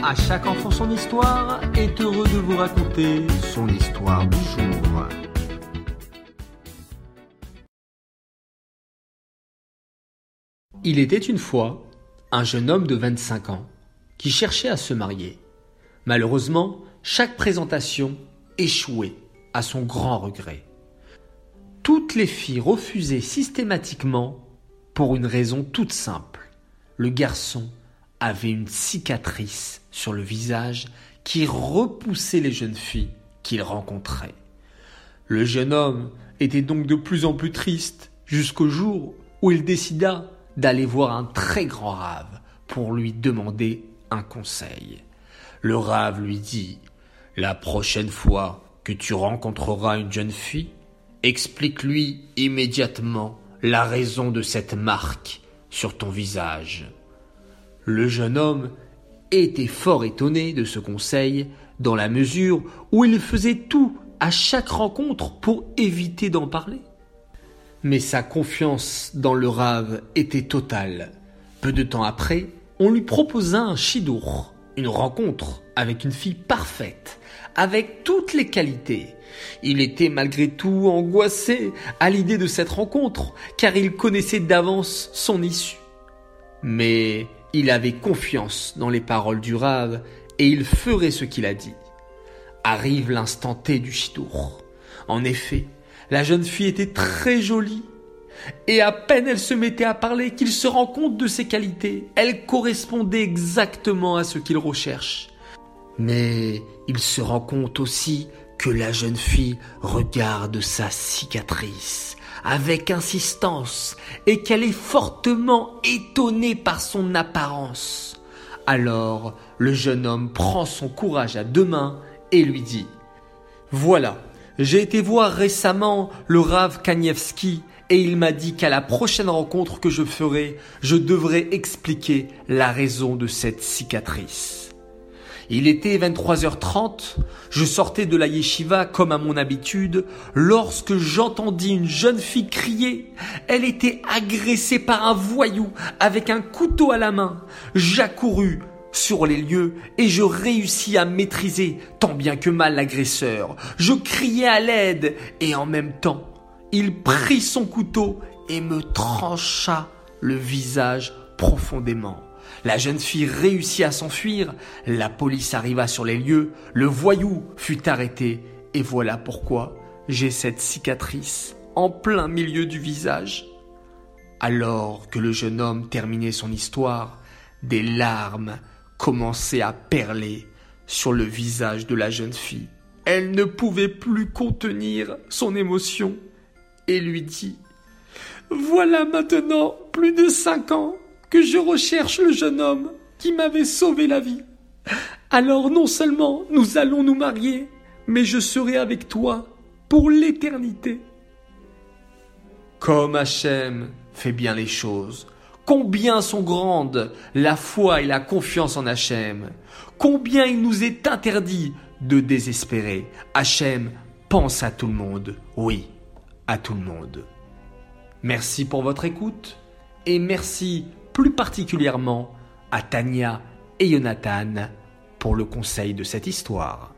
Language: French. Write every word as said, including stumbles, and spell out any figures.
À chaque enfant son histoire est heureux de vous raconter son histoire du jour. Il était une fois un jeune homme de vingt-cinq ans qui cherchait à se marier. Malheureusement, chaque présentation échouait à son grand regret. Toutes les filles refusaient systématiquement pour une raison toute simple. Le garçon avait une cicatrice sur le visage qui repoussait les jeunes filles qu'il rencontrait. Le jeune homme était donc de plus en plus triste jusqu'au jour où il décida d'aller voir un très grand rave pour lui demander un conseil. Le rave lui dit « La prochaine fois que tu rencontreras une jeune fille, explique-lui immédiatement la raison de cette marque sur ton visage. » Le jeune homme était fort étonné de ce conseil dans la mesure où il faisait tout à chaque rencontre pour éviter d'en parler. Mais sa confiance dans le rave était totale. Peu de temps après, on lui proposa un chidour, une rencontre avec une fille parfaite, avec toutes les qualités. Il était malgré tout angoissé à l'idée de cette rencontre, car il connaissait d'avance son issue. Mais il avait confiance dans les paroles du rave et il ferait ce qu'il a dit. Arrive l'instant T du chidour. En effet, la jeune fille était très jolie et à peine elle se mettait à parler qu'il se rend compte de ses qualités. Elle correspondait exactement à ce qu'il recherche. Mais il se rend compte aussi que la jeune fille regarde sa cicatrice avec insistance et qu'elle est fortement étonnée par son apparence. Alors, le jeune homme prend son courage à deux mains et lui dit « Voilà, j'ai été voir récemment le Rav Kanievski et il m'a dit qu'à la prochaine rencontre que je ferai, je devrais expliquer la raison de cette cicatrice. » Il était vingt-trois heures trente, je sortais de la yeshiva comme à mon habitude, lorsque j'entendis une jeune fille crier. Elle était agressée par un voyou avec un couteau à la main. J'accourus sur les lieux et je réussis à maîtriser tant bien que mal l'agresseur. Je criai à l'aide et en même temps, il prit son couteau et me trancha le visage profondément. La jeune fille réussit à s'enfuir, la police arriva sur les lieux, le voyou fut arrêté et voilà pourquoi j'ai cette cicatrice en plein milieu du visage. Alors que le jeune homme terminait son histoire, des larmes commençaient à perler sur le visage de la jeune fille. Elle ne pouvait plus contenir son émotion et lui dit « Voilà maintenant plus de cinq ans que je recherche le jeune homme qui m'avait sauvé la vie. Alors non seulement nous allons nous marier, mais je serai avec toi pour l'éternité. » Comme Hachem fait bien les choses, combien sont grandes la foi et la confiance en Hachem, combien il nous est interdit de désespérer. Hachem pense à tout le monde, oui, à tout le monde. Merci pour votre écoute et merci plus particulièrement à Tania et Jonathan pour le conseil de cette histoire.